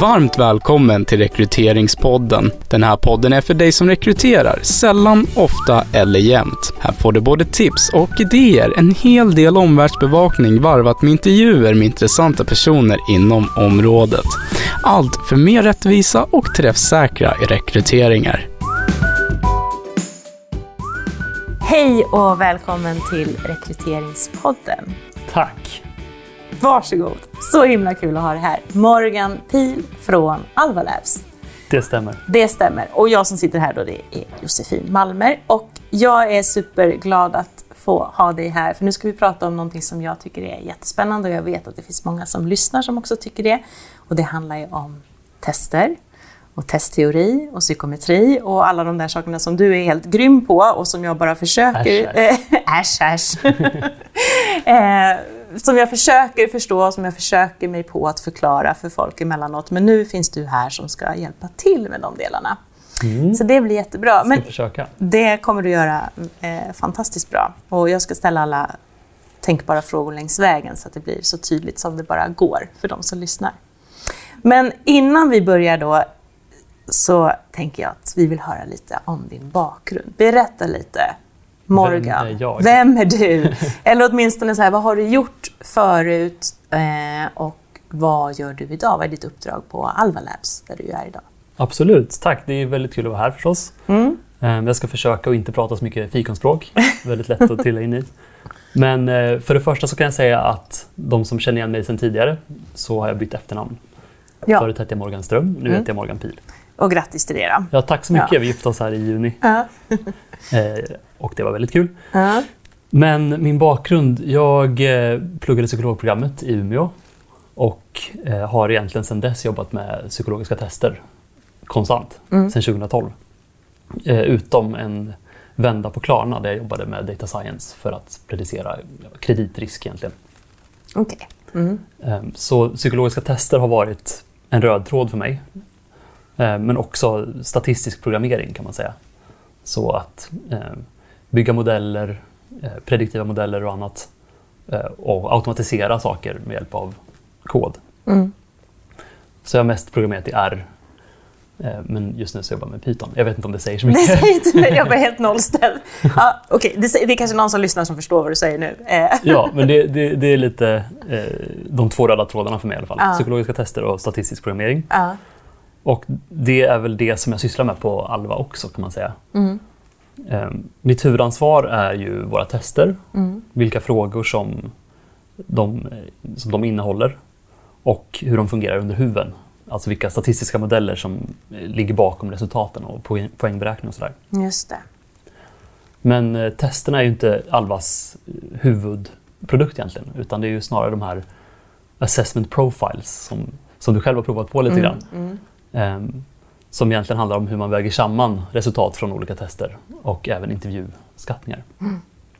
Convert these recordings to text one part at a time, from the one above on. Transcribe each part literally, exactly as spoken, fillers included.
Varmt välkommen till Rekryteringspodden. Den här podden är för dig som rekryterar, sällan, ofta eller jämt. Här får du både tips och idéer, en hel del omvärldsbevakning varvat med intervjuer med intressanta personer inom området. Allt för mer rättvisa och träffsäkra i rekryteringar. Hej och välkommen till Rekryteringspodden. Tack. Varsågod. Så himla kul att ha det här. Morgan Pihl från Alva Labs. Det stämmer. Det stämmer. Och jag som sitter här då, det är Josefin Malmer. Och jag är superglad att få ha dig här. För nu ska vi prata om någonting som jag tycker är jättespännande. Och jag vet att det finns många som lyssnar som också tycker det. Och det handlar ju om tester. Och testteori och psykometri och alla de där sakerna som du är helt grym på och som jag bara försöker... Äsch, äsch. eh, som jag försöker förstå och som jag försöker mig på att förklara för folk emellanåt. Men nu finns du här som ska hjälpa till med de delarna. Mm. Så det blir jättebra. Ska Men försöka. Det kommer du göra eh, fantastiskt bra. Och jag ska ställa alla tänkbara frågor längs vägen så att det blir så tydligt som det bara går för de som lyssnar. Men innan vi börjar då så tänker jag att vi vill höra lite om din bakgrund. Berätta lite, Morgan. Vem är jag? Vem är du? Eller åtminstone så här, vad har du gjort förut eh, och vad gör du idag? Vad är ditt uppdrag på Alva Labs där du är idag? Absolut, tack. Det är väldigt kul att vara här förstås. Mm. Jag ska försöka att inte prata så mycket fikonspråk. Väldigt lätt att trilla in i. Men för det första så kan jag säga att de som känner igen mig sedan tidigare så har jag bytt efternamn. Ja. Förut hette jag Morgan Ström, nu mm. heter jag Morgan Pihl. Och grattis till det då. Ja, tack så mycket. Ja. Vi gifte oss här i juni. Ja. eh, och det var väldigt kul. Ja. Men min bakgrund, jag eh, pluggade psykologprogrammet i Umeå. Och eh, har egentligen sedan dess jobbat med psykologiska tester konstant, mm. sedan tjugohundratolv. Eh, utom en vända på Klarna där jag jobbade med data science för att predicera kreditrisk egentligen. Okej. Okay. Mm. Eh, så psykologiska tester har varit en röd tråd för mig. Men också statistisk programmering kan man säga. Så att eh, bygga modeller, eh, prediktiva modeller och annat. Eh, och automatisera saker med hjälp av kod. Mm. Så jag har mest programmerat i R. Eh, men just nu så jobbar jag med Python. Jag vet inte om det säger så mycket. Det säger inte mig, jag är helt nollställd. Ja, okay. det, det är kanske någon som lyssnar som förstår vad du säger nu. Eh. Ja, men det, det, det är lite eh, de två röda trådarna för mig i alla fall. Ja. Psykologiska tester och statistisk programmering. Ja. Och det är väl det som jag sysslar med på Alva också kan man säga. Mm. Um, mitt huvudansvar är ju våra tester. Mm. Vilka frågor som de, som de innehåller. Och hur de fungerar under huven. Alltså vilka statistiska modeller som ligger bakom resultaten och poäng, poängberäkning och sådär. Just det. Men uh, testerna är ju inte Alvas huvudprodukt egentligen. Utan det är ju snarare de här assessment profiles som, som du själv har provat på lite mm. grann. Mm. Um, som egentligen handlar om hur man väger samman resultat från olika tester och även intervjuskattningar. Mm.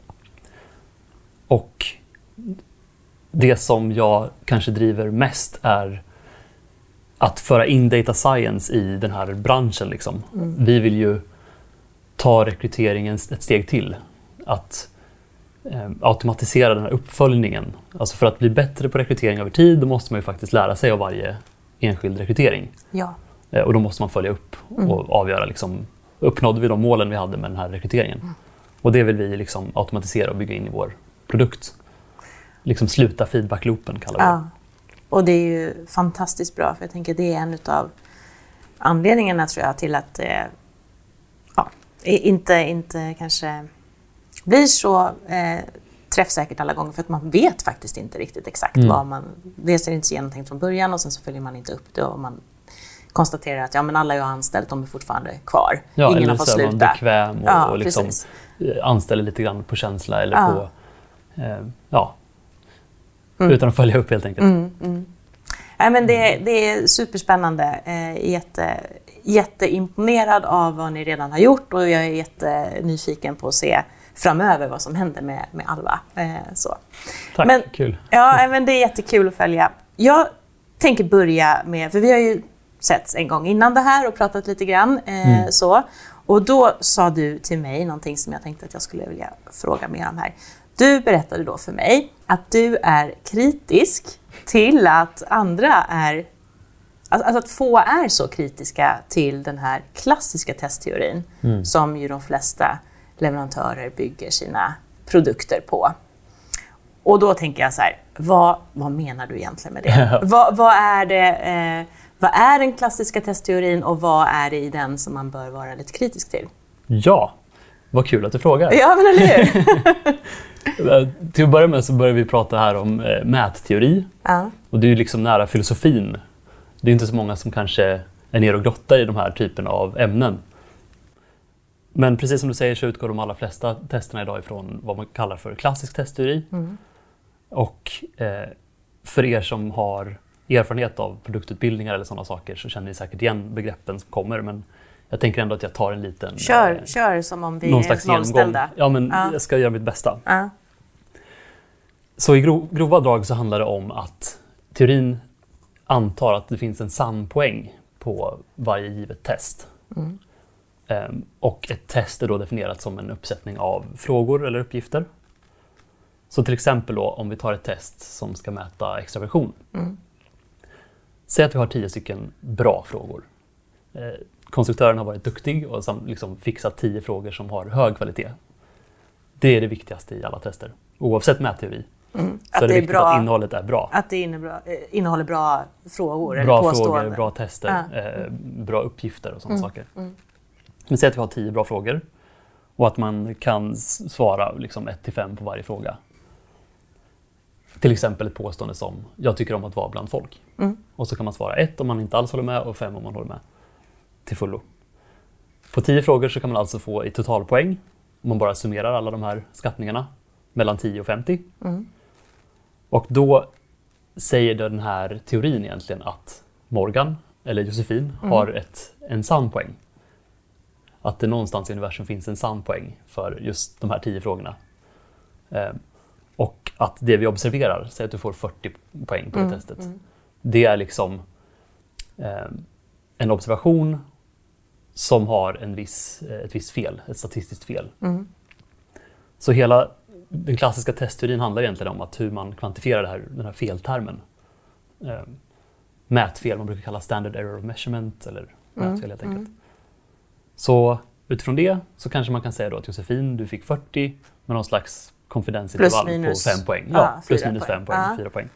Och det som jag kanske driver mest är att föra in data science i den här branschen. Liksom. Mm. Vi vill ju ta rekryteringen ett steg till. Att um, automatisera den här uppföljningen. Alltså för att bli bättre på rekrytering över tid då måste man ju faktiskt lära sig av varje enskild rekrytering. Ja. Och då måste man följa upp och mm. avgöra liksom, uppnådde vi de målen vi hade med den här rekryteringen. Mm. Och det vill vi liksom automatisera och bygga in i vår produkt. Liksom sluta feedbackloopen kallar vi det. Ja. Och det är ju fantastiskt bra för jag tänker att det är en av anledningarna tror jag till att eh, ja, inte, inte kanske blir så eh, träffsäkert alla gånger för att man vet faktiskt inte riktigt exakt mm. vad man... Det är inte så genomtänkt från början och sen så följer man inte upp det och man konstaterar att ja, men alla jag har anställt, de är fortfarande kvar. Ja, ingen har fått sluta. Eller så är man bekväm och, ja, och liksom anställer lite grann på känsla eller ja. på... Eh, ja, mm. utan att följa upp helt enkelt. Mm, mm. Ja, men det, det är superspännande. Eh, jätte, jätteimponerad av vad ni redan har gjort och jag är jättenyfiken på att se framöver vad som händer med, med Alva. Eh, så. Tack, men, kul. Ja, men det är jättekul att följa. Jag tänker börja med, för vi har ju setts en gång innan det här och pratat lite grann. Eh, mm. så. Och då sa du till mig någonting som jag tänkte att jag skulle vilja fråga mer om här. Du berättade då för mig att du är kritisk till att andra är Alltså, alltså att få är så kritiska till den här klassiska testteorin mm. som ju de flesta leverantörer bygger sina produkter på. Och då tänker jag så här, vad, vad menar du egentligen med det? vad, vad, är det eh, vad är den klassiska testteorin och vad är det i den som man bör vara lite kritisk till? Ja, vad kul att du frågar. Ja, men eller hur? Till att börja med så börjar vi prata här om eh, mätteori. Ja. Och det är ju liksom nära filosofin. Det är inte så många som kanske är ner och grottar i de här typen av ämnen. Men precis som du säger så utgår de allra flesta testerna idag ifrån vad man kallar för klassisk testteori. Mm. Och eh, för er som har erfarenhet av produktutbildningar eller sådana saker så känner ni säkert igen begreppen som kommer. Men jag tänker ändå att jag tar en liten... Kör, eh, kör som om vi är nollställda. Ja, men ja. jag ska göra mitt bästa. Ja. Så i gro- grova drag så handlar det om att teorin antar att det finns en sann poäng på varje givet test. Mm. Um, och ett test är då definierat som en uppsättning av frågor eller uppgifter. Så till exempel då, om vi tar ett test som ska mäta extraversion. Mm. Säg att vi har tio stycken bra frågor. Eh, konstruktören har varit duktig och sam- liksom fixat tio frågor som har hög kvalitet. Det är det viktigaste i alla tester, oavsett mätteori. Mm. Så att är det, det är viktigt bra, att innehållet är bra. Att det innebra, innehåller bra frågor bra eller påståenden. Frågor, bra tester, ja. eh, bra uppgifter och sådana mm. saker. Mm. Men säg att vi har tio bra frågor och att man kan svara liksom ett till fem på varje fråga. Till exempel ett påstående som jag tycker om att vara bland folk. Mm. Och så kan man svara ett om man inte alls håller med och fem om man håller med till fullo. På tio frågor så kan man alltså få i totalpoäng om man bara summerar alla de här skattningarna mellan tio och femtio. Mm. Och då säger den här teorin egentligen att Morgan eller Josefin mm. har ett, en sann poäng. Att det någonstans i universum finns en sann poäng för just de här tio frågorna. Eh, och att det vi observerar, säg att du får fyrtio poäng på det mm. testet. Mm. Det är liksom eh, en observation som har en viss, ett visst fel, ett statistiskt fel. Mm. Så hela den klassiska testteorin handlar egentligen om att hur man kvantifierar det här, den här feltermen. Eh, mätfel, man brukar kalla standard error of measurement eller mm. mätfel helt enkelt. Mm. Så utifrån det så kanske man kan säga då att Josefin, du fick fyrtio med någon slags konfidensintervall på fem poäng. Ja, ja plus minus fem poäng, ja. fyra poäng.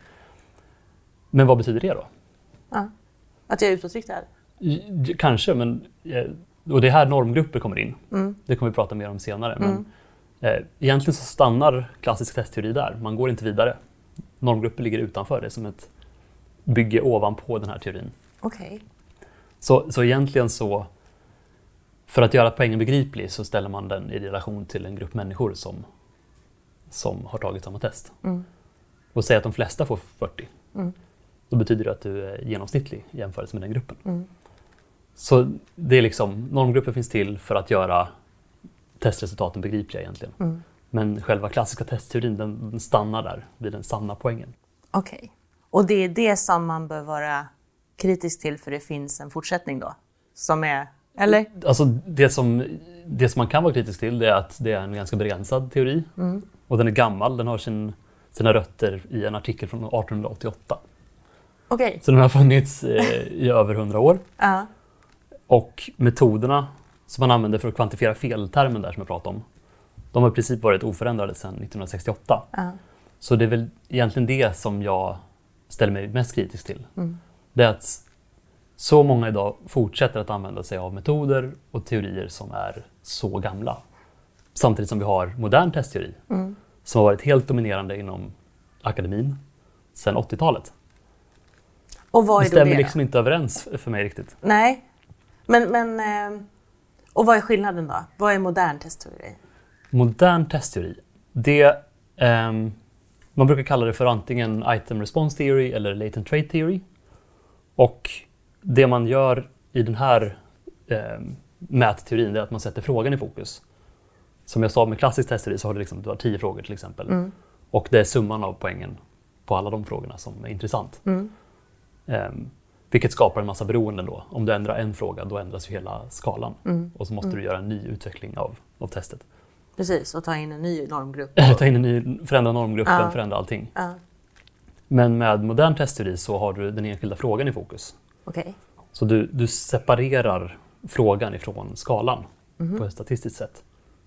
Men vad betyder det då? Ja. Att jag är utåtriktad? Kanske, men och det är här normgrupper kommer in. Mm. Det kommer vi prata mer om senare. Mm. Men eh, egentligen så stannar klassisk testteori där. Man går inte vidare. Normgrupper ligger utanför det som ett bygge ovanpå den här teorin. Okej. Okay. Så, så egentligen så för att göra poängen begriplig så ställer man den i relation till en grupp människor som, som har tagit samma test. Mm. Och säg att de flesta får fyrtio. Mm. Då betyder det att du är genomsnittlig i jämförelse med den gruppen. Mm. Så det är liksom, normgrupper finns till för att göra testresultaten begripliga egentligen. Mm. Men själva klassiska testteorin den, den stannar där vid den sanna poängen. Okej. Okay. Och det är det som man bör vara kritisk till för det finns en fortsättning då? Som är, eller? Alltså det som, det som man kan vara kritisk till det är att det är en ganska begränsad teori. Mm. Och den är gammal, den har sin, sina rötter i en artikel från arton åttioåtta. Okej. Okay. Så den har funnits eh, i över hundra år. Uh. Och metoderna som man använder för att kvantifiera feltermen där som jag pratade om, de har i princip varit oförändrade sedan nittonhundrasextioåtta. Uh. Så det är väl egentligen det som jag ställer mig mest kritisk till. Mm. Det är att så många idag fortsätter att använda sig av metoder och teorier som är så gamla. Samtidigt som vi har modern testteori mm. som har varit helt dominerande inom akademin sedan åttiotalet. Och vad är det stämmer det liksom inte överens för mig riktigt. Nej, men, men och vad är skillnaden då? Vad är modern testteori? Modern testteori, det um, man brukar kalla det för antingen item response theory eller latent trait theory. Och det man gör i den här eh, mätteorin är att man sätter frågan i fokus. Som jag sa med klassisk testteori så har du, liksom, du har tio frågor till exempel. Mm. Och det är summan av poängen på alla de frågorna som är intressant. Mm. Eh, vilket skapar en massa beroenden då. Om du ändrar en fråga då ändras ju hela skalan. Mm. Och så måste mm. du göra en ny utveckling av, av testet. Precis, och ta in en ny normgrupp. ta in en ny, förändra normgruppen, ja. förändra allting. Ja. Men med modern testteori så har du den enskilda frågan i fokus. Okej. Så du, du separerar frågan ifrån skalan Mhm. på ett statistiskt sätt.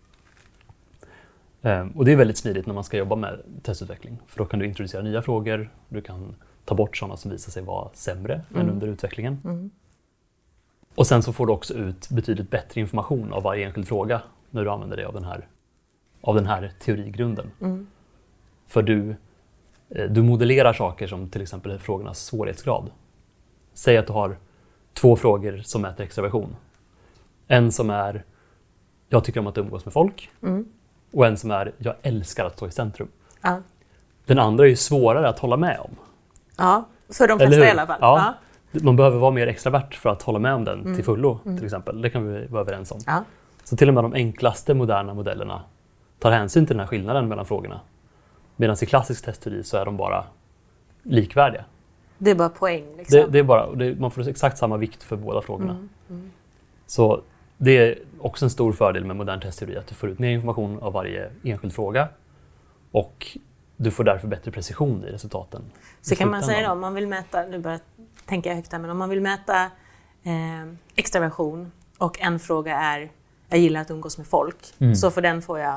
Ehm, och det är väldigt smidigt när man ska jobba med testutveckling. För då kan du introducera nya frågor, du kan ta bort sådana som visar sig vara sämre än Mm. under utvecklingen. Mm. Och sen så får du också ut betydligt bättre information av varje enskild fråga när du använder dig av den här, av den här teorigrunden. Mm. För du, eh, du modellerar saker som till exempel frågornas svårighetsgrad. Säg att du har två frågor som mäter extraversion. En som är jag tycker om att umgås med folk Mm. och en som är jag älskar att stå i centrum. Ja. Den andra är ju svårare att hålla med om. Ja, för de Eller flesta hur? i alla fall. Ja. Man behöver vara mer extravert för att hålla med om den Mm. till fullo, Mm. till exempel. Det kan vi vara överens om. Ja. Så till och med de enklaste moderna modellerna tar hänsyn till den här skillnaden mellan frågorna. Medan i klassisk testteori så är de bara likvärdiga. Det är bara poäng. Liksom. Det, det är bara, det, man får exakt samma vikt för båda frågorna. Mm. Mm. Så det är också en stor fördel med modern testteori, att du får ut mer information av varje enskild fråga och du får därför bättre precision i resultaten. Så i kan man säga slutändan. då, om man vill mäta, nu bara tänker jag högt här, men om man vill mäta eh, extraversion och en fråga är jag gillar att umgås med folk, Mm. så för den får jag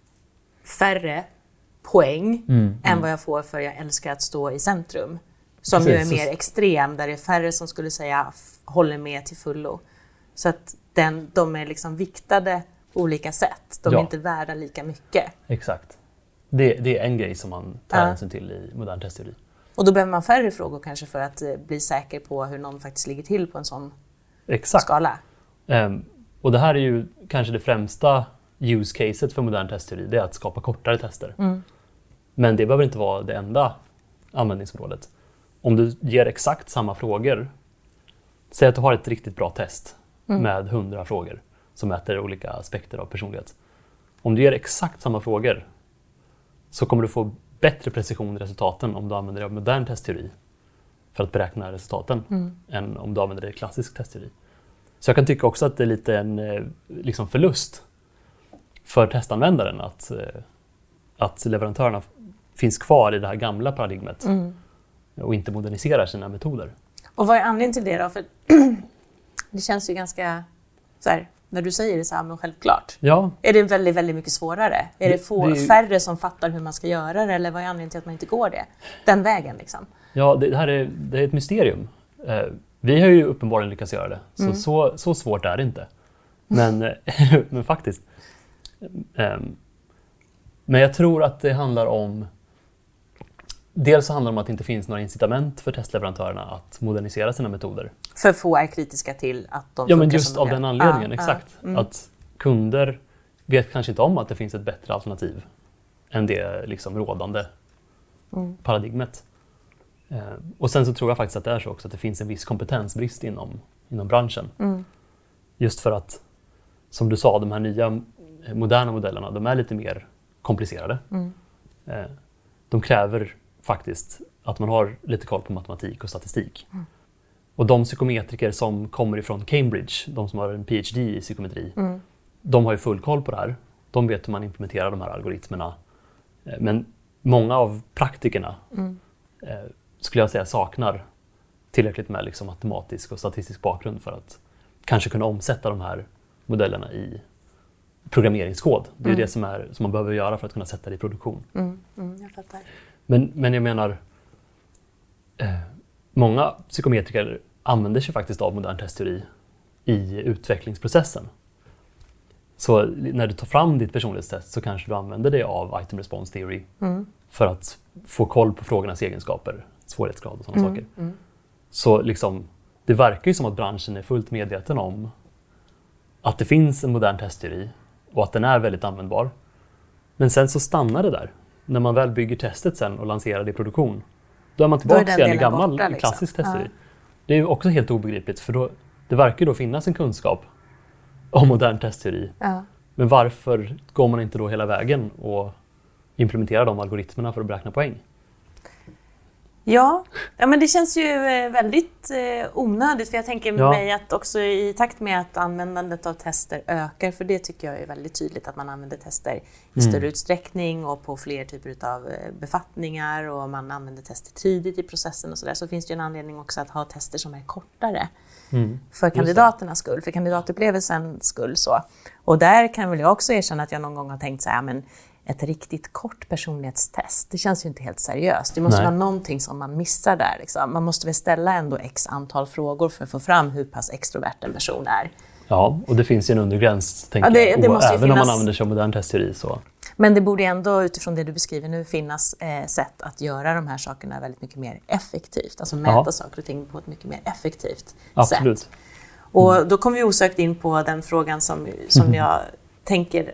färre poäng Mm, än mm. vad jag får för jag älskar att stå i centrum. Som Precis, ju är så- mer extrem, där det är färre som skulle säga f- håller med till fullo. Så att den, de är liksom viktade på olika sätt. De är Ja. inte värda lika mycket. Exakt. Det, det är en grej som man tar Ja. hänsyn till i modern testteori. Och då behöver man färre frågor kanske för att eh, bli säker på hur någon faktiskt ligger till på en sån Exakt. skala. Ehm, och det här är ju kanske det främsta use caset för modern testteori, det är att skapa kortare tester. Mm. Men det behöver inte vara det enda användningsområdet. Om du ger exakt samma frågor, säg att du har ett riktigt bra test Mm. med hundra frågor som mäter olika aspekter av personlighet. Om du ger exakt samma frågor så kommer du få bättre precision i resultaten om du använder dig av modern testteori för att beräkna resultaten Mm. än om du använder dig av klassisk testteori. Så jag kan tycka också att det är lite en eh, liksom förlust för testanvändaren att, eh, att leverantörerna f- finns kvar i det här gamla paradigmet Mm. och inte moderniserar sina metoder. Och vad är anledningen till det då? För det känns ju ganska, så här, när du säger det så här, men självklart. Ja, Är det väldigt, väldigt mycket svårare? Är det, Det- få, det är ju- färre som fattar hur man ska göra det? Eller vad är anledningen till att man inte går det? Den vägen liksom. ja det här är, det är ett mysterium. Eh, vi har ju uppenbarligen lyckats göra det, så, Mm. så, så svårt är det inte. Men, eh, men faktiskt. Ehm, men jag tror att det handlar om Dels så handlar det om att det inte finns några incitament för testleverantörerna att modernisera sina metoder. För få är kritiska till att de Ja, men funkar just som av de den gör. anledningen, Ja, exakt. ja. Mm. Att kunder vet kanske inte om att det finns ett bättre alternativ än det liksom rådande Mm. paradigmet. Eh, och sen så tror jag faktiskt att det är så också att det finns en viss kompetensbrist inom, inom branschen. Mm. Just för att, som du sa, de här nya eh, moderna modellerna, de är lite mer komplicerade. Mm. Eh, de kräver faktiskt att man har lite koll på matematik och statistik. Mm. Och de psykometriker som kommer ifrån Cambridge, de som har en P H D i psykometri, Mm. de har ju full koll på det här. De vet hur man implementerar de här algoritmerna. Eh, Men många av praktikerna Mm. eh, skulle jag säga saknar tillräckligt med liksom matematisk och statistisk bakgrund för att kanske kunna omsätta de här modellerna i programmeringskod. Det är ju Mm. det som, är, som man behöver göra för att kunna sätta det i produktion. Mm. Mm. Jag fattar. Men, men jag menar, eh, många psykometriker använder sig faktiskt av modern testteori i utvecklingsprocessen. Så när du tar fram ditt personlighetstest så kanske du använder dig av item response theory Mm. för att få koll på frågornas egenskaper, svårighetsgrad och sådana Mm. saker. Mm. Så liksom, det verkar ju som att branschen är fullt medveten om att det finns en modern testteori och att den är väldigt användbar. Men sen så stannar det där. När man väl bygger testet sen och lanserar det i produktion, då är man Då är tillbaka den igen i delen gammal borta, liksom. klassisk testteori. Ja. Det är ju också helt obegripligt, för då, det verkar ju då finnas en kunskap om modern testteori. Ja. Men varför går man inte då hela vägen och implementerar de algoritmerna för att beräkna poäng? Ja, ja men det känns ju väldigt eh, onödigt, för jag tänker Ja. mig att också i takt med att användandet av tester ökar, för det tycker jag är väldigt tydligt att man använder tester i Mm. större utsträckning och på fler typer av befattningar, och man använder tester tidigt i processen och sådär, så finns det ju en anledning också att ha tester som är kortare. Mm. För kandidaternas skull, för kandidatupplevelsens skull. Så. Och där kan väl jag också erkänna att jag någon gång har tänkt så här, men ett riktigt kort personlighetstest, det känns ju inte helt seriöst. Det måste Nej. vara någonting som man missar där. Liksom. Man måste väl ställa ändå x antal frågor för att få fram hur pass extrovert en person är. Ja, och det finns ju en undergräns, tänker Ja, det- jag. det Och måste ju även om man finnas- använder sig av modern testteori så. Men det borde ändå, utifrån det du beskriver nu, finnas eh, sätt att göra de här sakerna väldigt mycket mer effektivt. Alltså mäta Ja. saker och ting på ett mycket mer effektivt Absolut. sätt. Och då kommer vi osökt in på den frågan som, som jag tänker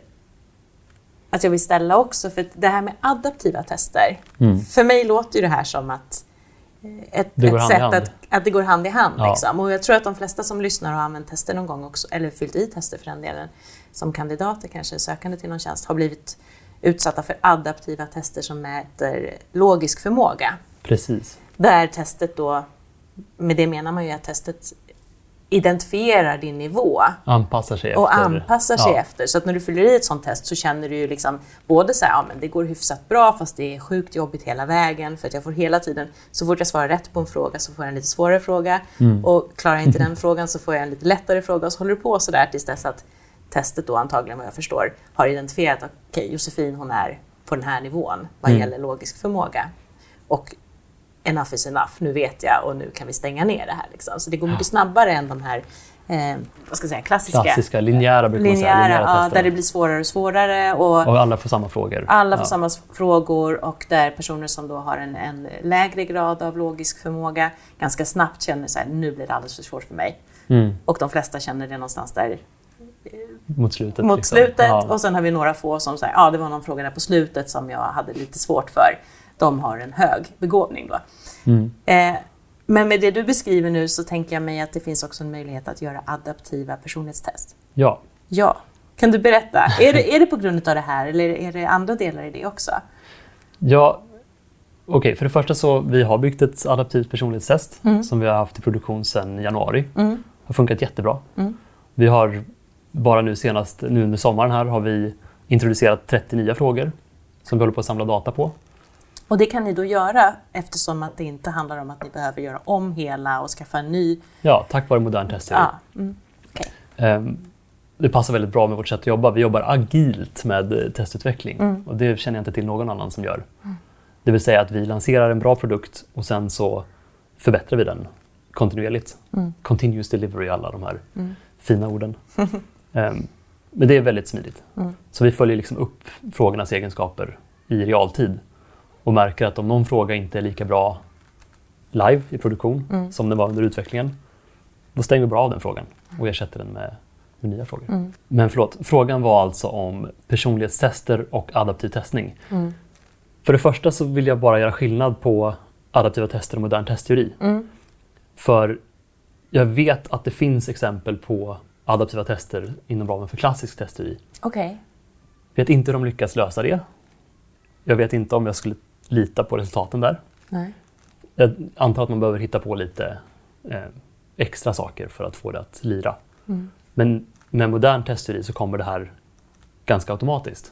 att jag vill ställa också. För det här med adaptiva tester, Mm. för mig låter ju det här som att eh, ett, Det går ett hand i sätt hand. att, att det går hand i hand. Ja. Liksom. Och jag tror att de flesta som lyssnar har använt tester någon gång också, eller fyllt i tester för den delen, som kandidater kanske sökande till någon tjänst, har blivit utsatta för adaptiva tester som mäter logisk förmåga. Precis. Där testet då, med det menar man ju att testet identifierar din nivå Anpassar sig och efter. anpassar sig ja. efter. Så att när du fyller i ett sånt test så känner du ju liksom både så här, ja men det går hyfsat bra fast det är sjukt jobbigt hela vägen, för att jag får hela tiden, så fort jag svarar rätt på en fråga så får jag en lite svårare fråga, Mm. och klarar jag inte den frågan så får jag en lite lättare fråga, och så håller du på så där tills dess att testet då antagligen, vad jag förstår, har identifierat att okej, Josefin hon är på den här nivån vad Mm. gäller logisk förmåga. Och enough is enough, nu vet jag och nu kan vi stänga ner det här. Liksom. Så det går mycket snabbare än de här eh, vad ska jag säga, klassiska, Klassiska, linjära brukar man säga. linjära, Linjära ja, testerna. där det blir svårare och svårare. Och Och alla får samma frågor. alla får ja. samma frågor, och där personer som då har en, en lägre grad av logisk förmåga ganska snabbt känner så här, nu blir det alldeles för svårt för mig. Mm. Och de flesta känner det någonstans där Mot slutet. mot liksom. slutet. Ja. Och sen har vi några få som säger, ja det var någon fråga där på slutet som jag hade lite svårt för. De har en hög begåvning då. Mm. Eh, men med det du beskriver nu så tänker jag mig att det finns också en möjlighet att göra adaptiva personlighetstest. ja. Ja, kan du berätta? Är det, är det på grund av det här eller är det andra delar i det också? Ja, okej. För det första så vi har byggt ett adaptivt personlighetstest Mm. som vi har haft i produktion sedan januari. Mm. Har funkat jättebra. Mm. Vi har bara nu senast, nu under sommaren här, har vi introducerat trettio nya frågor som vi håller på att samla data på. Och det kan ni då göra eftersom att det inte handlar om att ni behöver göra om hela och skaffa en ny. Ja, tack vare modern testteori. Ja. Mm. Okay. Ehm, Det passar väldigt bra med vårt sätt att jobba. Vi jobbar agilt med eh, testutveckling Mm. och det känner jag inte till någon annan som gör. Det vill säga att vi lanserar en bra produkt och sen så förbättrar vi den kontinuerligt. Mm. Continuous delivery, alla de här Mm. fina orden. Ehm, men det är väldigt smidigt. Mm. Så vi följer liksom upp frågornas egenskaper i realtid och märker att om någon fråga inte är lika bra live i produktion Mm. som den var under utvecklingen, då stänger vi bara av den frågan och ersätter den med, med nya frågor. Mm. Men förlåt, frågan var alltså om personlighetstester och adaptiv testning. Mm. För det första så vill jag bara göra skillnad på adaptiva tester och modern testteori. Mm. För jag vet att det finns exempel på adaptiva tester inom ramen för klassisk testteori. Okej. Jag vet inte hur de lyckas lösa det. Jag vet inte om jag skulle lita på resultaten där. Nej. Jag antar att man behöver hitta på lite eh, extra saker för att få det att lira. Mm. Men med modern testteori så kommer det här ganska automatiskt.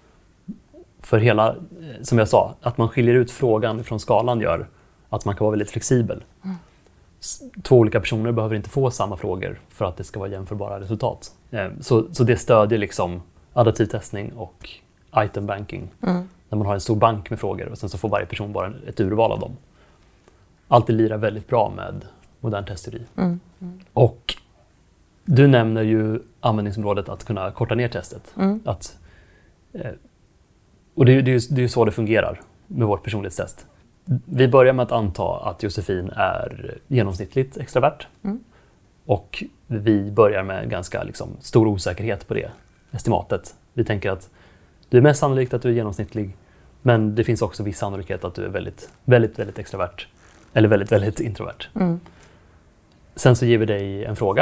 För hela, eh, som jag sa, att man skiljer ut frågan från skalan gör att man kan vara väldigt flexibel. Mm. S- Två olika personer behöver inte få samma frågor för att det ska vara jämförbara resultat. Eh, så, så det stödjer liksom adaptiv testning och item banking. Mm. När man har en stor bank med frågor och sen så får varje person bara ett urval av dem. Allt det lirar väldigt bra med modern testteori. Mm. Mm. Och du nämner ju användningsområdet att kunna korta ner testet. Mm. Att, eh, och det är ju det är, ju- det är ju så det fungerar med vårt personlighetstest. Vi börjar med att anta att Josefin är genomsnittligt extravert. Mm. Och vi börjar med ganska liksom, stor osäkerhet på det estimatet. Vi tänker att det är mest sannolikt att du är genomsnittlig, men det finns också viss sannolikhet att du är väldigt, väldigt, väldigt extravert. Eller väldigt, väldigt introvert. Mm. Sen så ger vi dig en fråga.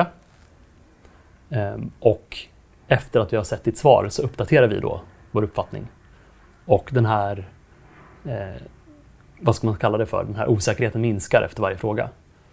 Ehm, och efter att vi har sett ditt svar så uppdaterar vi då vår uppfattning. Och den här, eh, vad ska man kalla det för, den här osäkerheten minskar efter varje fråga.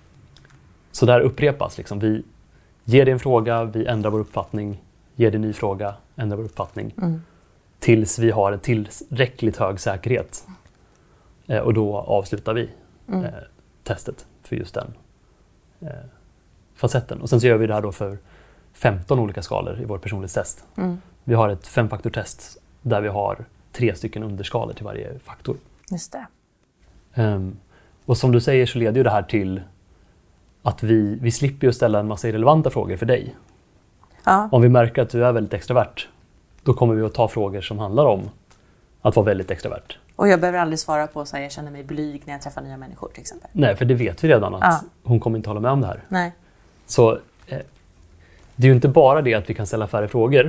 Så där upprepas liksom, vi ger dig en fråga, vi ändrar vår uppfattning, ger dig en ny fråga, ändrar vår uppfattning. Mm. Tills vi har en tillräckligt hög säkerhet. Eh, och då avslutar vi mm. eh, testet för just den eh, facetten. Och sen så gör vi det här då för femton olika skalor i vårt personlighetstest. Mm. Vi har ett femfaktortest där vi har tre stycken underskalor till varje faktor. Just det. Um, och som du säger så leder ju det här till att vi, vi slipper ju ställa en massa irrelevanta frågor för dig. Ja. Om vi märker att du är väldigt extrovert, då kommer vi att ta frågor som handlar om att vara väldigt extrovert. Och jag behöver aldrig svara på så här, jag känner mig blyg när jag träffar nya människor till exempel. Nej, för det vet vi redan att ja. hon kommer inte hålla med om det här. Nej. Så eh, det är ju inte bara det att vi kan ställa färre frågor.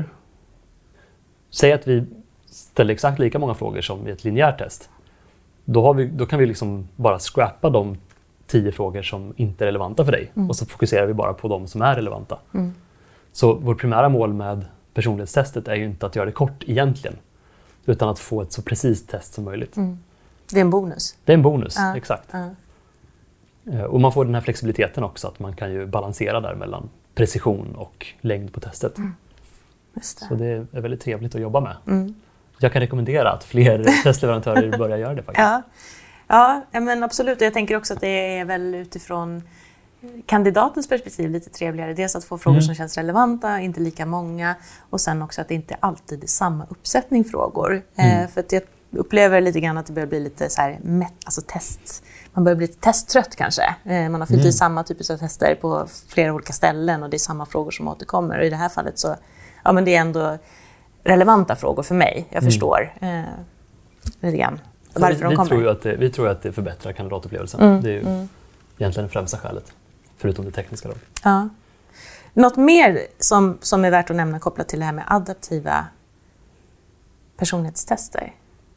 Säg att vi ställer exakt lika många frågor som i ett linjärt test. Då, har vi, då kan vi liksom bara scrappa de tio frågor som inte är relevanta för dig. Mm. Och så fokuserar vi bara på de som är relevanta. Mm. Så vårt primära mål med personlighetstestet är ju inte att göra det kort egentligen. Utan att få ett så precis test som möjligt. Mm. Det är en bonus. Det är en bonus, uh, exakt. Uh. Och man får den här flexibiliteten också, att man kan ju balansera där mellan precision och längd på testet. Mm. Just det. Så det är väldigt trevligt att jobba med. Mm. Jag kan rekommendera att fler testleverantörer börjar göra det faktiskt. Ja. Ja, men absolut. Jag tänker också att det är väl utifrån kandidatens perspektiv lite trevligare. Dels att få frågor mm. som känns relevanta, inte lika många. Och sen också att det inte alltid är samma uppsättning frågor. Mm. Eh, för att jag upplever lite grann att det börjar bli lite så här, mätt, alltså test. Man börjar bli lite testtrött kanske. Eh, man har fyllt mm. i samma typ av tester på flera olika ställen och det är samma frågor som återkommer. Och i det här fallet så, ja men det är ändå relevanta frågor för mig. Jag mm. förstår eh, lite grann varför vi, de vi kommer. Tror ju att det, vi tror att det förbättrar kandidatupplevelsen. Mm. Det är ju mm. egentligen det främsta skälet. Förutom det tekniska då. Ja. Något mer som, som är värt att nämna kopplat till det här med adaptiva personlighetstester?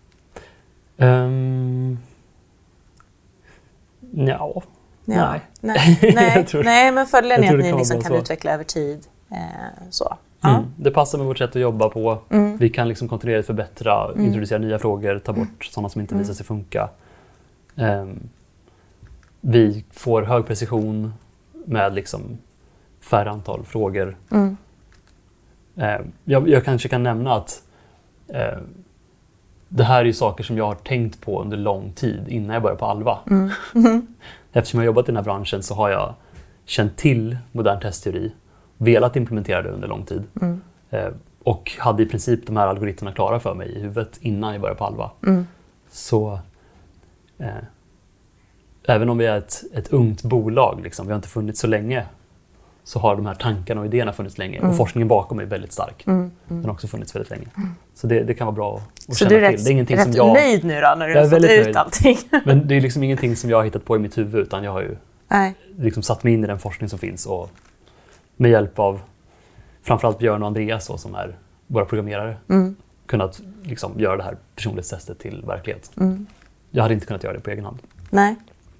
Um, ja, ja. nej. Nej, nej, tror, nej men fördelen är att ni liksom kan så. utveckla över tid. Eh, så. Mm. Ja. Det passar med vårt sätt att jobba på. Mm. Vi kan liksom kontinuerligt förbättra, mm. introducera nya frågor, ta bort mm. sådana som inte visar sig funka. Um, vi får hög precision med liksom färre antal frågor. Mm. Eh, jag, jag kanske kan nämna att eh, det här är ju saker som jag har tänkt på under lång tid innan jag började på Alva. Mm. Mm. Eftersom jag har jobbat i den här branschen så har jag känt till modern testteori, velat implementera det under lång tid. Mm. Eh, och hade i princip de här algoritmerna klara för mig i huvudet innan jag började på Alva. Mm. Så eh, även om vi är ett, ett ungt bolag, liksom, vi har inte funnits så länge, så har de här tankarna och idéerna funnits länge. Mm. Och forskningen bakom är väldigt stark. Mm. Mm. Den har också funnits väldigt länge. Mm. Så det, det kan vara bra att så känna du är till. rätt, det är ingenting rätt som jag, nöjd nu då när du jag har fått ut nöjd. allting? Men det är liksom ingenting som jag har hittat på i mitt huvud, utan jag har ju Nej. liksom satt mig in i den forskning som finns och med hjälp av framförallt Björn och Andreas så, som är våra programmerare, mm. kunnat liksom göra det här personlighetstestet till verklighet. Mm. Jag hade inte kunnat göra det på egen hand. Nej.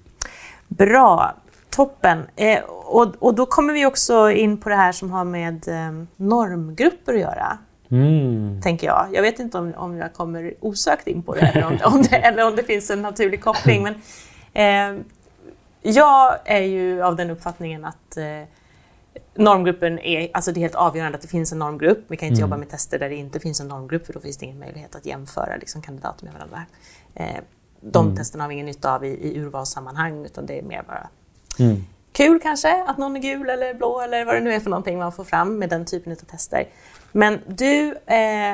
Bra, toppen. Eh, och, och då kommer vi också in på det här som har med eh, normgrupper att göra. Mm. Tänker jag. Jag vet inte om, om jag kommer osökt in på det eller om, om det, eller om det finns en naturlig koppling. Men, eh, jag är ju av den uppfattningen att eh, normgruppen är, alltså det är helt avgörande att det finns en normgrupp. Vi kan inte mm. jobba med tester där det inte finns en normgrupp, för då finns det ingen möjlighet att jämföra liksom, kandidater med varandra. Eh, de mm. testerna har vi ingen nytta av i, i urvalssammanhang, utan det är mer bara mm. kul kanske att någon är gul eller blå eller vad det nu är för någonting man får fram med den typen av tester. Men du eh,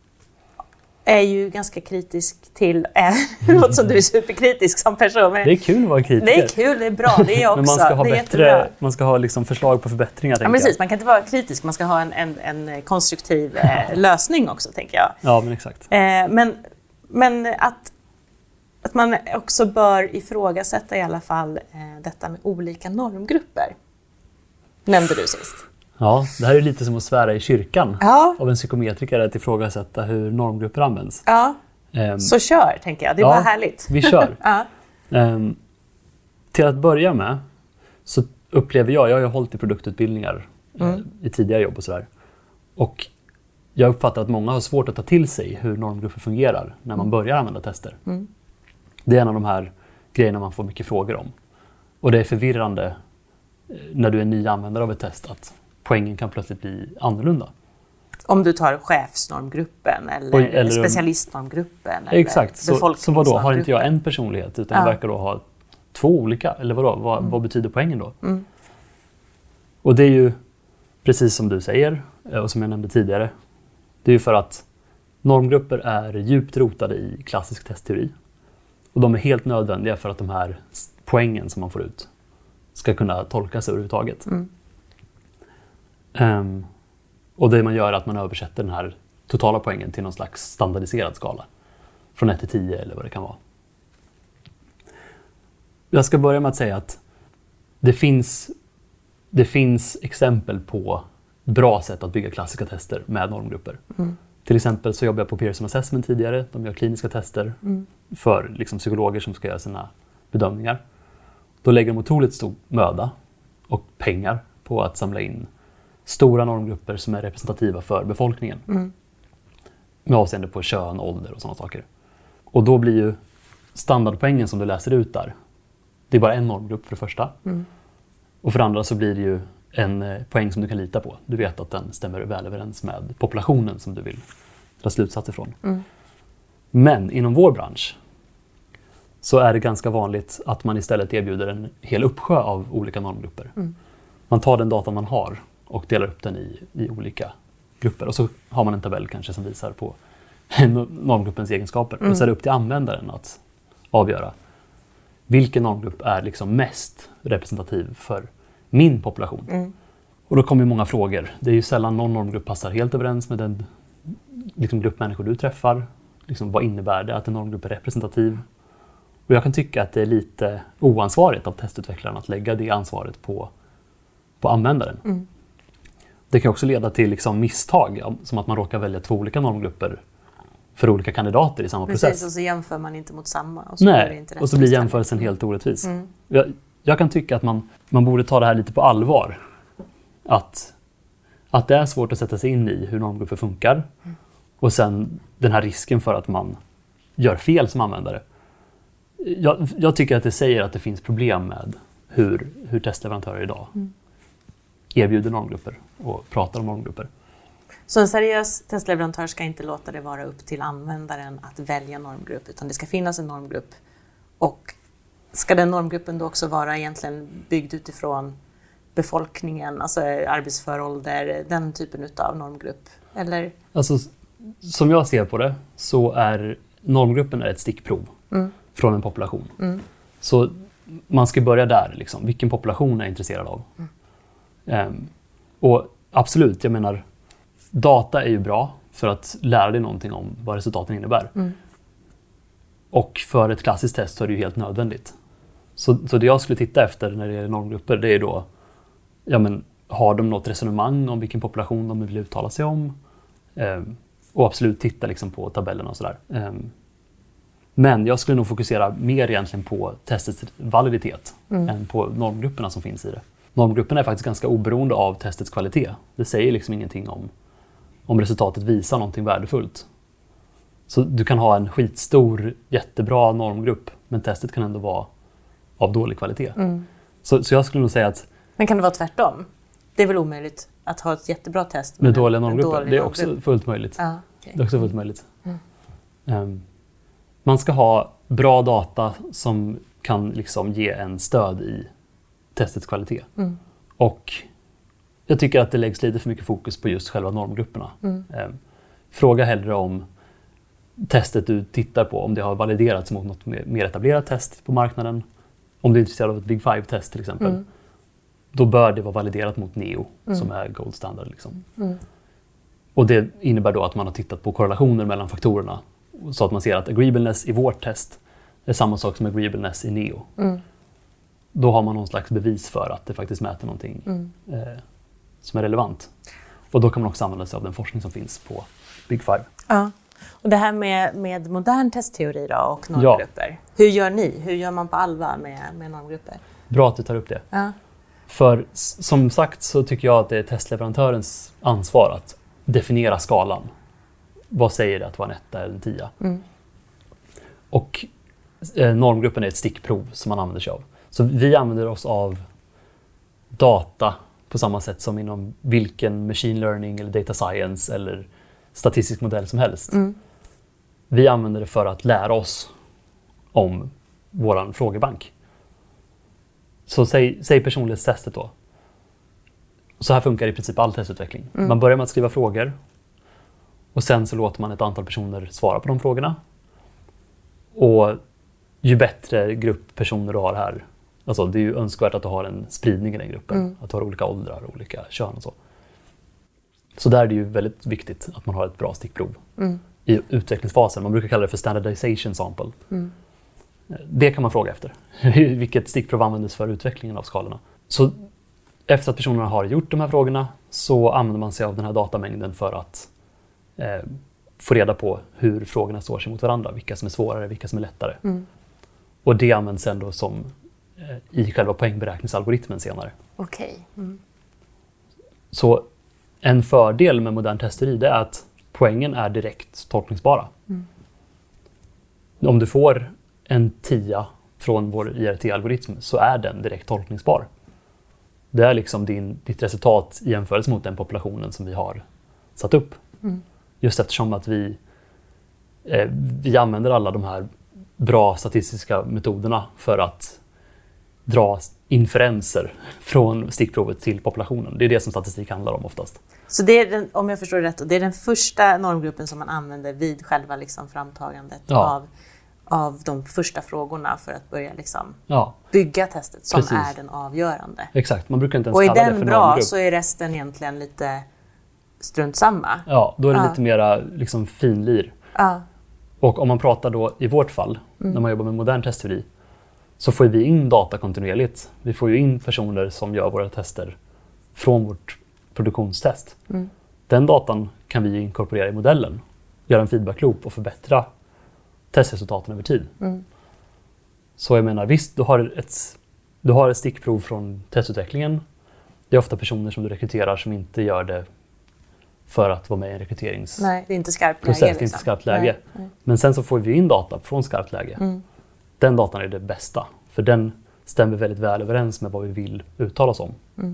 är ju ganska kritisk till, eh, det låter som du är superkritisk som person. Men det är kul att vara kritisk. Det är kul, det är bra, det är jag också. Men man ska ha, det är bättre, man ska ha liksom förslag på förbättringar. Ja, precis, man kan inte vara kritisk, man ska ha en, en, en konstruktiv eh, lösning också, tänker jag. Ja, men exakt. Eh, men, men att Att man också bör ifrågasätta i alla fall eh, detta med olika normgrupper. Nämnde du sist. Ja, det här är lite som att svära i kyrkan ja. av en psykometriker att ifrågasätta hur normgrupper används. Ja, um, så kör tänker jag. Det är ja, bara härligt. Vi kör. ja. um, till att börja med så upplever jag, jag har ju hållit i produktutbildningar mm. eh, i tidigare jobb och sådär. Och jag uppfattar att många har svårt att ta till sig hur normgrupper fungerar när man börjar använda tester. Mm. Det är en av de här grejerna man får mycket frågor om. Och det är förvirrande när du är ny användare av ett test att poängen kan plötsligt bli annorlunda. Om du tar chefsnormgruppen eller, Oj, eller specialistnormgruppen exakt, eller så, så vadå, har inte jag en befolkningsnormgruppen? personlighet utan Ja. jag verkar då ha två olika? Eller vadå, vad, Mm. vad betyder poängen då? Mm. Och det är ju precis som du säger och som jag nämnde tidigare. Det är ju för att normgrupper är djupt rotade i klassisk testteori. Och de är helt nödvändiga för att de här poängen som man får ut ska kunna tolkas överhuvudtaget. Mm. Um, och det man gör är att man översätter den här totala poängen till någon slags standardiserad skala. Från ett till tio eller vad det kan vara. Jag ska börja med att säga att det finns, det finns exempel på bra sätt att bygga klassiska tester med normgrupper. Mm. Till exempel så jobbade jag på Pearson Assessment tidigare. De gör kliniska tester Mm. för liksom, psykologer som ska göra sina bedömningar. Då lägger de otroligt stor möda och pengar på att samla in stora normgrupper som är representativa för befolkningen. Mm. Med avseende på kön, ålder och sådana saker. Och då blir ju standardpoängen som du läser ut där, det är bara en normgrupp för det första. Mm. Och för det andra så blir det ju en eh, poäng som du kan lita på. Du vet att den stämmer väl överens med populationen som du vill dra slutsatser från. Mm. Men inom vår bransch så är det ganska vanligt att man istället erbjuder en hel uppsjö av olika normgrupper. Mm. Man tar den data man har och delar upp den i, i olika grupper. Och så har man en tabell kanske som visar på normgruppens egenskaper. Mm. Och så är det upp till användaren att avgöra vilken normgrupp är liksom mest representativ för min population. Mm. Och då kommer ju många frågor. Det är ju sällan någon normgrupp passar helt överens med den liksom, grupp människor du träffar. Liksom, vad innebär det att en normgrupp är representativ? Och jag kan tycka att det är lite oansvarigt av testutvecklaren att lägga det ansvaret på, på användaren. Mm. Det kan också leda till liksom, misstag, som att man råkar välja två olika normgrupper för olika kandidater i samma Precis, process. och så jämför man inte mot samma. Och så blir det Nej, inte rätt och så blir istället. jämförelsen helt orättvis. Mm. Jag, jag kan tycka att man, man borde ta det här lite på allvar. Att, att det är svårt att sätta sig in i hur normgrupper funkar. Mm. Och sen den här risken för att man gör fel som användare. Jag, jag tycker att det säger att det finns problem med hur, hur testleverantörer idag Mm. erbjuder normgrupper och pratar om normgrupper. Så en seriös testleverantör ska inte låta det vara upp till användaren att välja normgrupp, utan det ska finnas en normgrupp. Och ska den normgruppen då också vara egentligen byggd utifrån befolkningen, alltså arbetsför ålder, den typen av normgrupp? Eller? Alltså, som jag ser på det så är normgruppen är ett stickprov Mm. från en population. Mm. Så man ska börja där. Liksom. Vilken population är jag intresserad av? Mm. Um, och absolut, jag menar, data är ju bra för att lära dig någonting om vad resultaten innebär. Mm. Och för ett klassiskt test så är det ju helt nödvändigt. Så, så det jag skulle titta efter när det är normgrupper, det är då, ja men, har de något resonemang om vilken population de vill uttala sig om? Um, och absolut titta liksom på tabellerna och sådär. Um, men jag skulle nog fokusera mer egentligen på testets validitet Mm. än på normgrupperna som finns i det. Normgrupperna är faktiskt ganska oberoende av testets kvalitet. Det säger liksom ingenting om, om resultatet visar någonting värdefullt. Så du kan ha en skitstor, jättebra normgrupp, men testet kan ändå vara av dålig kvalitet. Mm. Så, så jag skulle nog säga att Men kan det vara tvärtom? Det är väl omöjligt att ha ett jättebra test med en- dåliga en normgrupper, dålig det är normgrupp? också fullt möjligt. Ja, okej. Det är också fullt möjligt. Mm. Um, man ska ha bra data som kan liksom ge en stöd i testets kvalitet. Mm. Och jag tycker att det läggs lite för mycket fokus på just själva normgrupperna. Mm. Um, fråga hellre om testet du tittar på, om det har validerats mot något mer, mer etablerat test på marknaden. Om du är intresserad av ett Big Five-test till exempel, Mm. då bör det vara validerat mot Neo, Mm. som är gold standard. Liksom. Mm. Och det innebär då att man har tittat på korrelationer mellan faktorerna. Så att man ser att agreeableness i vårt test är samma sak som agreeableness i Neo. Mm. Då har man någon slags bevis för att det faktiskt mäter någonting Mm. eh, som är relevant. Och då kan man också använda sig av den forskning som finns på Big Five. Ja. Och det här med, med modern testteori då och normgrupper. Hur gör ni? Hur gör man på Alva med, med normgrupper? Bra att du tar upp det. Ja. För s- som sagt så tycker jag att det är testleverantörens ansvar att definiera skalan. Vad säger det att vara en etta eller en tia? Mm. Och eh, normgruppen är ett stickprov som man använder sig av. Så vi använder oss av data på samma sätt som inom vilken machine learning eller data science eller statistisk modell som helst. Mm. Vi använder det för att lära oss om våran frågebank. Så säg, säg personlighetstestet då. Så här funkar i princip all testutveckling. Mm. Man börjar med att skriva frågor och sen så låter man ett antal personer svara på de frågorna. Och ju bättre grupp personer du har här, alltså det är ju önskvärt att du har en spridning i den gruppen. Mm. Att du har olika åldrar och olika kön och så. Så där är det ju väldigt viktigt att man har ett bra stickprov Mm. i utvecklingsfasen. Man brukar kalla det för standardization sample. Mm. Det kan man fråga efter. Vilket stickprov användes för utvecklingen av skalorna. Så efter att personerna har gjort de här frågorna så använder man sig av den här datamängden för att eh, få reda på hur frågorna står sig mot varandra. Vilka som är svårare, vilka som är lättare. Mm. Och det används sen då som eh, i själva poängberäkningsalgoritmen senare. Okej. Mm. Så en fördel med modern testteori det är att poängen är direkt tolkningsbara. Mm. Om du får en tia från vår I R T-algoritm så är den direkt tolkningsbar. Det är liksom din, ditt resultat i jämförelse mot den populationen som vi har satt upp. Mm. Just eftersom att vi, eh, vi använder alla de här bra statistiska metoderna för att dra inferenser från stickprovet till populationen. Det är det som statistik handlar om oftast. Så det är den, om jag förstår det rätt, det är den första normgruppen som man använder vid själva liksom framtagandet Ja. av, av de första frågorna för att börja liksom Ja, bygga testet som Precis. är den avgörande. exakt. Man brukar inte ens Och är kalla det den för bra normgrupp. så är resten egentligen lite strunt samma. Ja, då är det Ja. lite mera liksom finlir. Ja. Och om man pratar då i vårt fall, Mm. när man jobbar med modern testteori, så får vi in data kontinuerligt. Vi får ju in personer som gör våra tester från vårt produktionstest. Mm. Den datan kan vi inkorporera i modellen, göra en feedback loop och förbättra testresultaten över tid. Mm. Så jag menar, visst, du har ett, du har ett stickprov från testutvecklingen. Det är ofta personer som du rekryterar som inte gör det för att vara med i en rekryteringsprocess. Nej, det är inte skarpt läge. Det är inte liksom. skarpt läge. Nej, nej. Men sen så får vi in data från skarpt läge. Mm. Den datan är det bästa, för den stämmer väldigt väl överens med vad vi vill uttala oss om. Mm.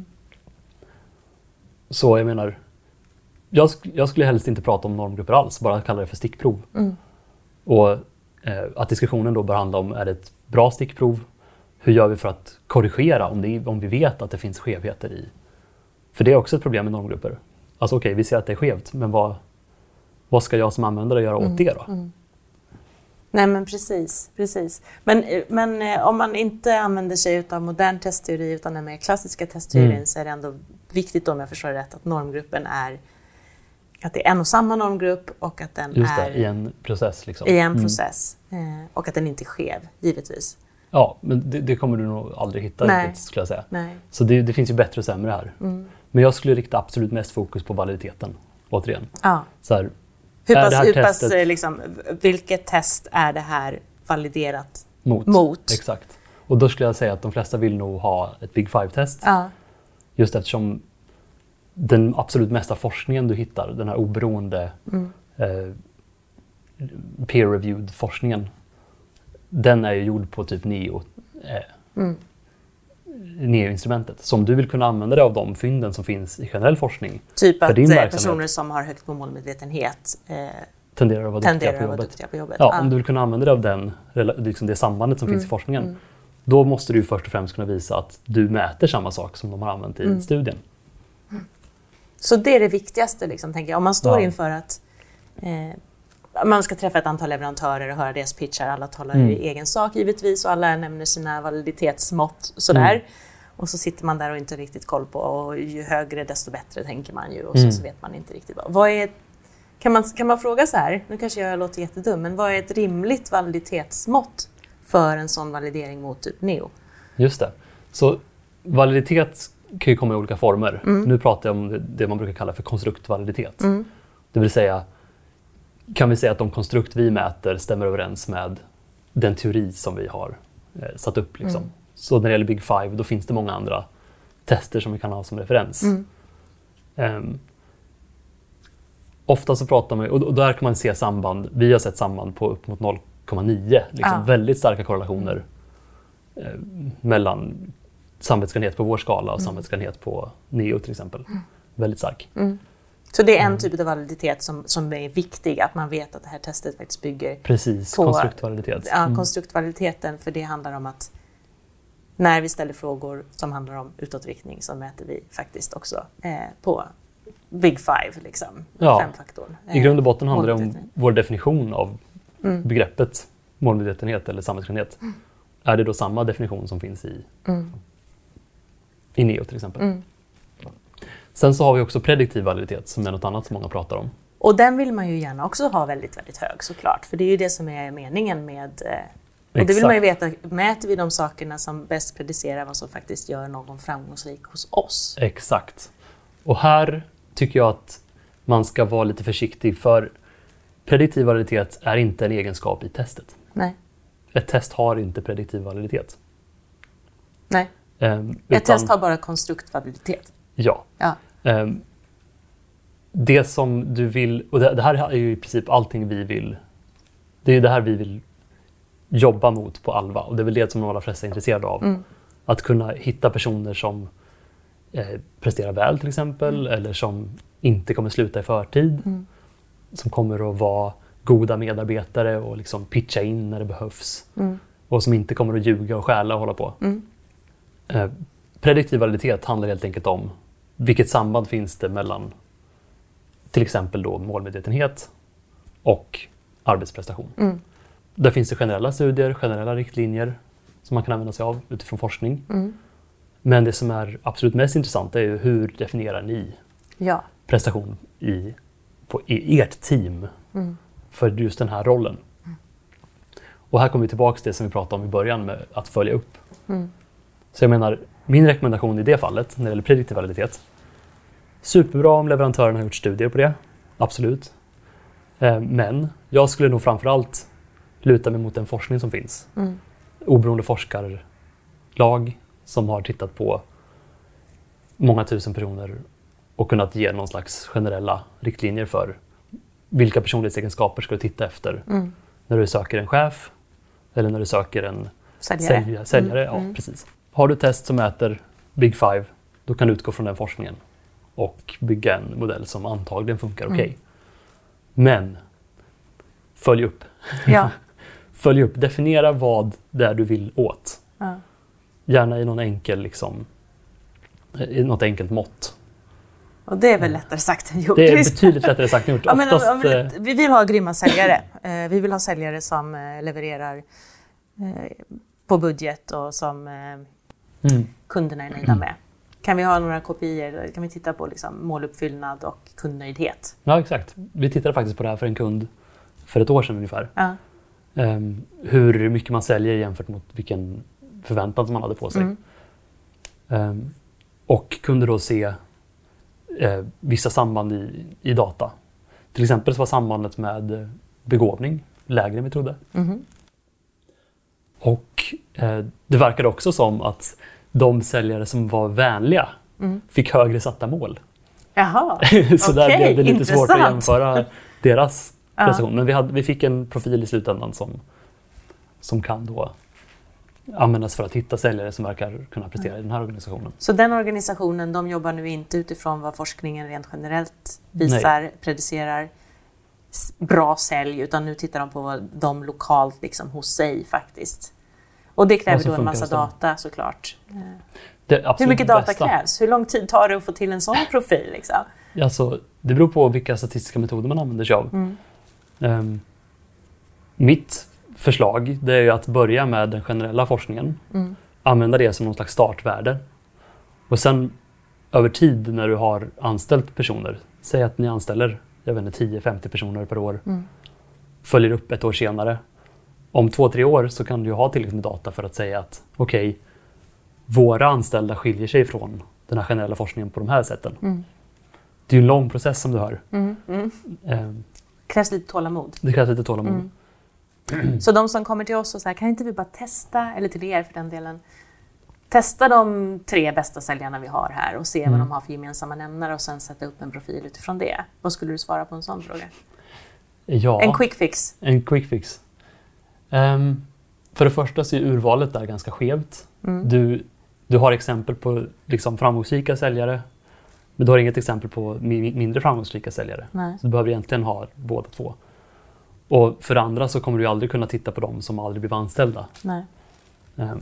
Så jag menar, jag, sk- jag skulle helst inte prata om normgrupper alls, bara kalla det för stickprov. Mm. Och eh, att diskussionen då bör handla om, är det ett bra stickprov? Hur gör vi för att korrigera om, det, om vi vet att det finns skevheter i? För det är också ett problem med normgrupper. Alltså okej, okay, vi ser att det är skevt, men vad, vad ska jag som användare göra åt Mm. det då? Mm. Nej men precis, precis. Men, men eh, om man inte använder sig av modern testteori utan den mer klassiska testteorin Mm. så är det ändå viktigt då, om jag förstår det rätt, att normgruppen är att det är en och samma normgrupp och att den Just är det, i en process. Liksom. i en Mm. process eh, och att den inte är skev, givetvis. Ja, men det, det kommer du nog aldrig hitta Nej. riktigt, skulle jag säga. Nej. Så det, det finns ju bättre och sämre här. Mm. Men jag skulle rikta absolut mest fokus på validiteten, återigen. Ja. Så här, Hur är pass, det här hur pass, testet eh, liksom, vilket test är det här validerat mot. mot? Exakt. Och då skulle jag säga att de flesta vill nog ha ett Big Five-test. Ja. Just eftersom den absolut mesta forskningen du hittar, den här oberoende Mm. eh, peer-reviewed forskningen, den är ju gjord på typ Neo. Eh, Mm. Neo-instrumentet. Så om du vill kunna använda dig av de fynden som finns i generell forskning, Typ för att din eh, verksamhet. personer som har högt på målmedvetenhet eh, tenderar att vara duktiga tenderar på att vara jobbet. duktiga på jobbet. Ja, om du vill kunna använda dig av den, rela- liksom det sambandet som Mm, finns i forskningen, mm. då måste du ju först och främst kunna visa att du mäter samma sak som de har använt i Mm. studien. Så det är det viktigaste, liksom, tänker jag. Om man står Ja. inför att eh, man ska träffa ett antal leverantörer och höra deras pitchar. Alla talar Mm. i egen sak givetvis och alla nämner sina validitetsmått. Sådär. Mm. Och så sitter man där och inte riktigt koll på. Och ju högre desto bättre, tänker man ju. Och Mm. så, så vet man inte riktigt vad. vad är, kan, man, kan man fråga så här, nu kanske jag låter jättedum, men vad är ett rimligt validitetsmått för en sån validering mot typ Neo? Just det. Så validitet kan ju komma i olika former. Mm. Nu pratar jag om det, det man brukar kalla för konstruktvaliditet. Mm. Det vill säga, kan vi säga att de konstrukt vi mäter stämmer överens med den teori som vi har eh, satt upp. Liksom. Mm. Så när det gäller Big Five, då finns det många andra tester som vi kan ha som referens. Mm. Um, ofta så pratar man, och och där kan man se samband, vi har sett samband på upp mot noll komma nio. Liksom Ja. väldigt starka korrelationer eh, mellan samvetsgrannhet på vår skala och mm. samvetsgrannhet på neo till exempel. Mm. Väldigt stark. Mm. Så det är en typ av validitet som, som är viktig, att man vet att det här testet faktiskt bygger Precis, på konstruktvaliditet. Ja, mm. konstruktvaliditeten, för det handlar om att när vi ställer frågor som handlar om utåtriktning så mäter vi faktiskt också eh, på Big Five, liksom, ja. femfaktorn. Eh, I grund och botten handlar det om vår definition av mm. begreppet målmedvetenhet eller samvetsgrannhet. Mm. Är det då samma definition som finns i, mm. i neo till exempel? Mm. Sen så har vi också prediktiv validitet som är något annat som många pratar om. Och den vill man ju gärna också ha väldigt, väldigt hög såklart. För det är ju det som är meningen med... Och det vill man ju veta, mäter vi de sakerna som bäst predicerar vad som faktiskt gör någon framgångsrik hos oss? Exakt. Och här tycker jag att man ska vara lite försiktig, för prediktiv validitet är inte en egenskap i testet. Nej. Ett test har inte prediktiv validitet. Nej. Um, Ett utan, test har bara konstruktvaliditet. Ja. ja. Um, det som du vill, och det, det här är ju i princip allting vi vill, det är ju det här vi vill jobba mot på Alva, och det är väl det som de allra flesta är intresserade av. Mm. Att kunna hitta personer som eh, presterar väl till exempel, mm. eller som inte kommer sluta i förtid, mm. som kommer att vara goda medarbetare och liksom pitcha in när det behövs, mm. och som inte kommer att ljuga och stjäla och hålla på. Mm. Eh, prediktiv validitet handlar helt enkelt om vilket samband finns det mellan till exempel då målmedvetenhet och arbetsprestation. Mm. Där finns det generella studier, generella riktlinjer som man kan använda sig av utifrån forskning. Mm. Men det som är absolut mest intressant är ju hur definierar ni ja. prestation i, på, i ert team mm. för just den här rollen. Mm. Och här kommer vi tillbaka till det som vi pratade om i början med att följa upp. Mm. Så jag menar, min rekommendation i det fallet när det gäller prediktiv validitet, superbra om leverantören har gjort studier på det, absolut. Eh, men jag skulle nog framförallt luta mig mot den forskning som finns. Mm. Oberoende forskarlag som har tittat på många tusen personer och kunnat ge någon slags generella riktlinjer för vilka personlighetsegenskaper ska du titta efter mm. när du söker en chef eller när du söker en säljare. Sälj, säljare. Mm. Ja, mm. precis. Har du ett test som mäter Big Five, då kan du utgå från den forskningen och bygga en modell som antagligen funkar okej. Okay. Mm. Men följ upp. Ja. Följ upp, definiera vad det är du vill åt. Ja. Gärna i någon enkel, liksom, i något enkelt mått. Och det är väl lättare sagt än gjort. Det är betydligt lättare sagt än gjort. Ja, men, Oftast, om, om, vi vill ha grymma säljare. Eh, vi vill ha säljare som eh, levererar eh, på budget och som eh, mm. kunderna är nöjda med. Kan vi ha några kopior? Kan vi titta på liksom, måluppfyllnad och kundnöjdhet? Ja, exakt. Vi tittade faktiskt på det här för en kund för ett år sedan ungefär. Ja. Um, hur mycket man säljer jämfört mot vilken förväntan som man hade på sig. Mm. Um, och kunde då se uh, vissa samband i, i data. Till exempel så var sambandet med begåvning lägre än vi trodde. Mm. Och uh, det verkade också som att de säljare som var vänliga mm. fick högre satta mål. Jaha, så okay, där blev det lite intressant. svårt att jämföra deras prestation. Ja. Men vi, hade, vi fick en profil i slutändan som, som kan då användas för att hitta säljare som verkar kunna prestera mm. i den här organisationen. Så den organisationen, de jobbar nu inte utifrån vad forskningen rent generellt visar, Nej. predicerar bra sälj, utan nu tittar de på vad de lokalt liksom hos sig faktiskt. Och det kräver då en massa data såklart. Hur mycket data bästa. krävs? Hur lång tid tar det att få till en sån profil? Liksom? Alltså, det beror på vilka statistiska metoder man använder sig av. Mm. Um, mitt förslag det är ju att börja med den generella forskningen. Mm. Använda det som någon slags startvärde. Och sen över tid när du har anställt personer, säg att ni anställer jag vet inte, tio till femtio personer per år, mm. följer upp ett år senare. Om två, tre år så kan du ha tillräckligt med data för att säga att okej, okay, våra anställda skiljer sig från den här generella forskningen på de här sätten. Mm. Det är ju en lång process som du hör. Mm. Mm. Um, krävs lite tålamod. Det krävs lite tålamod. Mm. Så de som kommer till oss och säger, kan inte vi bara testa, eller till er för den delen, testa de tre bästa säljarna vi har här och se mm. vad de har för gemensamma nämnare och sen sätta upp en profil utifrån det. Vad skulle du svara på en sån fråga? Ja, en quick fix. En quick fix. Um, för det första så är urvalet där ganska skevt. Mm. Du, du har exempel på liksom framgångsrika säljare, men du har inget exempel på mi- mindre framgångsrika säljare. Nej. Så du behöver egentligen ha båda två. Och för det andra så kommer du aldrig kunna titta på dem som aldrig blir anställda. Nej. Um,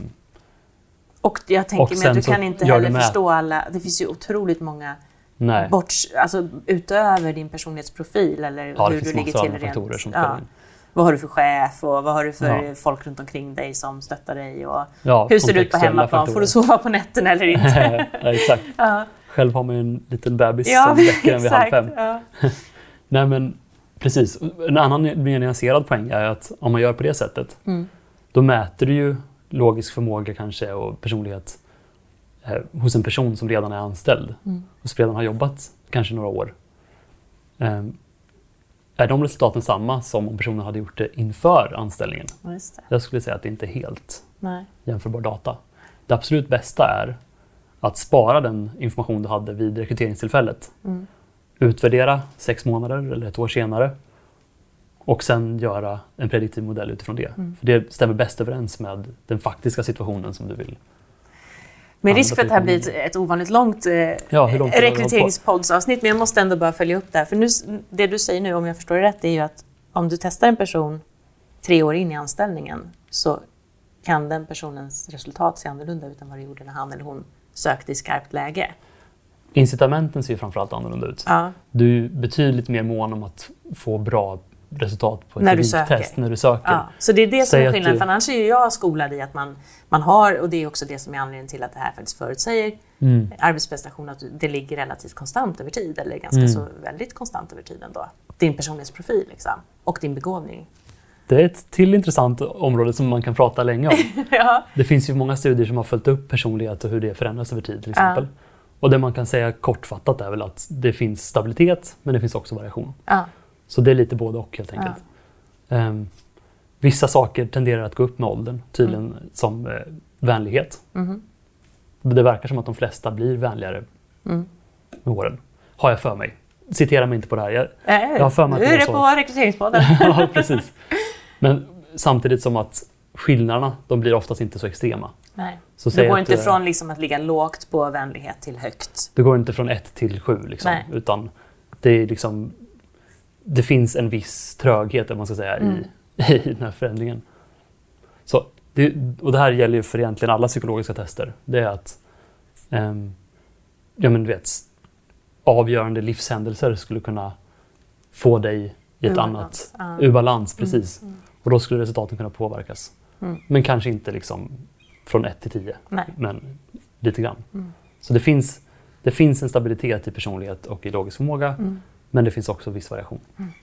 Och jag tänker Och mig sen att du så kan inte gör heller du med- förstå alla, det finns ju otroligt många nej. bort, alltså utöver din personlighetsprofil eller Ja, det hur finns du ligger massor av till andra faktorer rent. som spelar Ja. in. Vad har du för chef och vad har du för Ja. folk runt omkring dig som stöttar dig och Ja, hur ser det ut på kontextuella hemmaplan? faktorer. Får du sova på nätterna eller inte? Ja, exakt. Ja, Själv har man ju en liten bebis ja som väcker en vid halv exakt. fem. Ja. Nej men precis. En annan mer nyanserad poäng är att om man gör på det sättet, Mm. då mäter du ju logisk förmåga kanske och personlighet eh, hos en person som redan är anställd Mm. och som redan har jobbat kanske några år. Eh, är de resultaten samma som om personen hade gjort det inför anställningen? Ja, just det. Jag skulle säga att det inte är helt Nej. jämförbar data. Det absolut bästa är att spara den information du hade vid rekryteringstillfället. Mm. Utvärdera sex månader eller ett år senare och sen göra en prediktiv modell utifrån det. Mm. För det stämmer bäst överens med den faktiska situationen som du vill. Med Andra risk för att det här blir ett, situationer. ett ovanligt långt eh, Ja, hur långt har vi hållit rekryteringspoddsavsnitt, men jag måste ändå bara följa upp det här. För nu, det du säger nu, om jag förstår det rätt, är ju att om du testar en person tre år in i anställningen så kan den personens resultat se annorlunda ut än vad det gjorde när han eller hon sökte i skarpt läge. Incitamenten ser ju framförallt annorlunda ut. Ja. Du är betydligt mer mån om att få bra resultat på ett När du test söker. när du söker. Ja, så det är det som Säg är att skillnaden. du- För annars är ju jag skolad i att man, man har, och det är också det som är anledningen till att det här faktiskt förutsäger Mm. arbetsprestation, att det ligger relativt konstant över tid, eller ganska Mm. så väldigt konstant över tid ändå. Din personlighetsprofil liksom, och din begåvning. Det är ett till intressant område som man kan prata länge om. Ja. Det finns ju många studier som har följt upp personlighet och hur det förändras över tid till exempel. Och det man kan säga kortfattat är väl att det finns stabilitet men det finns också variation. Ja. Så det är lite både och helt enkelt. Um, vissa saker tenderar att gå upp med åldern, tydligen Mm. som eh, vänlighet. Mhm. Det verkar som att de flesta blir vänligare Mm. med åren. Har jag för mig. Citera mig inte på det här. Jag, Äh, jag har för mig nu att det är var det så. på rekryteringspodden. Ja, precis. Men samtidigt som att skillnaderna, de blir oftast inte så extrema. Nej. Så Det säg går att, inte eh, från liksom att ligga lågt på vänlighet till högt. Det går inte från ett till sju liksom, Nej. utan det är liksom det finns en viss tröghet, om man ska säga, Mm. i, i den här förändringen. Så det, och det här gäller ju för egentligen alla psykologiska tester. Det är att ehm, ja, men du vet, avgörande livshändelser skulle kunna få dig i ett Ur annat balans. Ja. ur balans, precis. Mm. Och då skulle resultaten kunna påverkas. Mm. Men kanske inte liksom från ett till tio, Nej. men lite grann. Mm. Så det finns, det finns en stabilitet i personlighet och i logisk förmåga, Mm. men det finns också viss variation.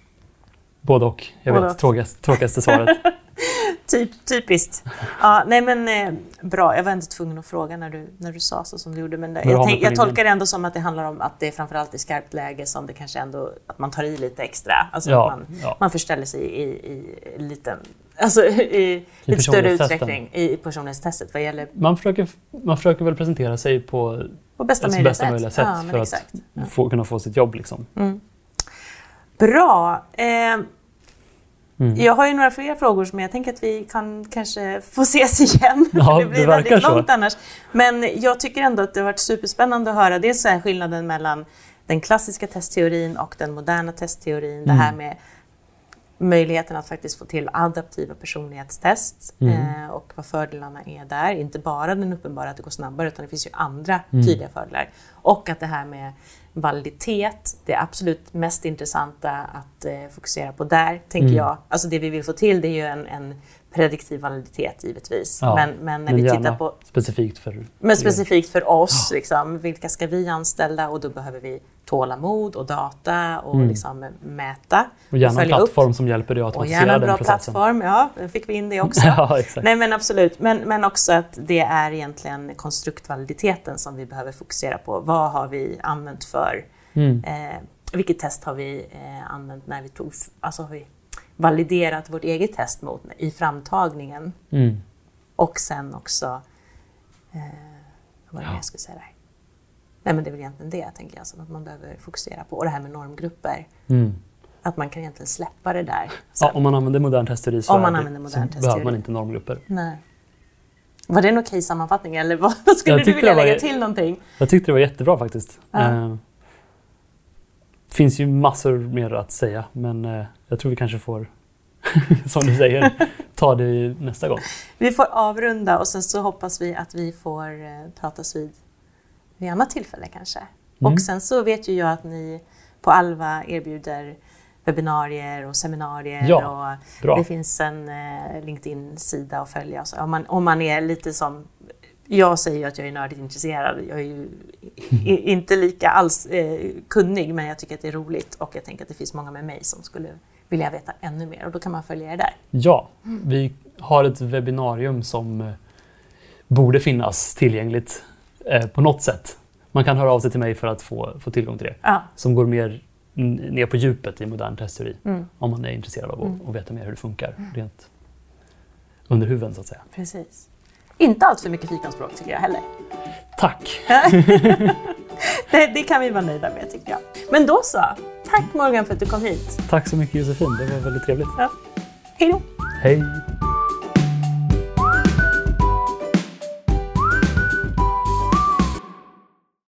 Både och. Jag Både vet, och. tråkigast, tråkigaste svaret. Typ, typiskt. Ja, nej men eh, bra, jag var inte tvungen att fråga när du, när du sa så som du gjorde. Men det, Men du har jag, mig tänk, på jag linjen. tolkar det ändå som att det handlar om att det är framförallt i skarpt läge som det kanske ändå, att man tar i lite extra. Alltså Ja, att man, ja. man förställer sig i, i, i liten, alltså i, lite större personlighetstesten. utsträckning i personlighetstestet vad gäller Man försöker, man försöker väl presentera sig på på bästa alltså, möjliga bästa sätt. möjliga sätt Ja, men för exakt. att Ja. få, kunna få sitt jobb. Liksom. Mm. Bra. Eh, Mm. Jag har ju några fler frågor som jag tänker att vi kan kanske få ses igen. Ja, det blir det verkar väldigt så. långt annars. Men jag tycker ändå att det har varit superspännande att höra. Dels är skillnaden mellan den klassiska testteorin och den moderna testteorin. Mm. Det här med möjligheten att faktiskt få till adaptiva personlighetstest Mm. eh, och vad fördelarna är där. Inte bara den uppenbara att det går snabbare, utan det finns ju andra Mm. tydliga fördelar. Och att det här med validitet, det absolut mest intressanta att eh, fokusera på där, tänker Mm. jag. Alltså det vi vill få till, det är ju en, en prediktiv validitet givetvis. Ja, men, men när men vi gärna tittar på, specifikt för men specifikt för oss, liksom, vilka ska vi anställa? Och då behöver vi tålamod och data och Mm. liksom mäta. och gärna en följa upp. plattform som hjälper dig att Och automatisera gärna en den bra processen. plattform, ja, då fick vi in det också. Ja, exakt. Nej men absolut, men, men också att det är egentligen konstruktvaliditeten som vi behöver fokusera på. Vad har vi använt för, Mm. eh, vilket test har vi eh, använt när vi tog, alltså har vi validerat vårt eget test mot i framtagningen. Mm. Och sen också, eh, vad var det Ja. jag skulle säga där? Nej men det är väl egentligen det, tänker jag, som att man behöver fokusera på. Och det här med normgrupper. Mm. att man kan egentligen släppa det där. Ja, om man använder modern testteori så, om man det, använder modern så testteori. behöver man inte normgrupper. Nej. Var det en okej sammanfattning eller vad, vad skulle Jag du vilja var, lägga till någonting? Jag tyckte det var jättebra faktiskt. Ja. Eh, finns ju massor mer att säga, men eh, jag tror vi kanske får, som du säger, ta det nästa gång. Vi får avrunda och sen så hoppas vi att vi får eh, pratas vid vid annat tillfälle kanske. Mm. Och sen så vet ju jag att ni på Alva erbjuder webbinarier och seminarier. Ja, och bra. Det finns en eh, LinkedIn-sida att följa. Och så. Om, man, om man är lite som... Jag säger ju att jag är nördigt intresserad. Jag är ju i, inte lika alls eh, kunnig, men jag tycker att det är roligt. Och jag tänker att det finns många med mig som skulle vilja veta ännu mer. Och då kan man följa er där. Ja, vi har ett webbinarium som eh, borde finnas tillgängligt eh, på något sätt. Man kan höra av sig till mig för att få, få tillgång till det. Ja. Som går mer n- ner på djupet i modern testteori. Mm. Om man är intresserad av att Mm. att veta mer hur det funkar. Mm. Rent under huven så att säga. Precis. Inte allt för mycket fikonspråk tycker jag heller. Tack! det, det kan vi vara nöjda med tycker jag. Men då så. Tack Morgan för att du kom hit. Tack så mycket Josefin, det var väldigt trevligt. Ja. Hej då! Hej!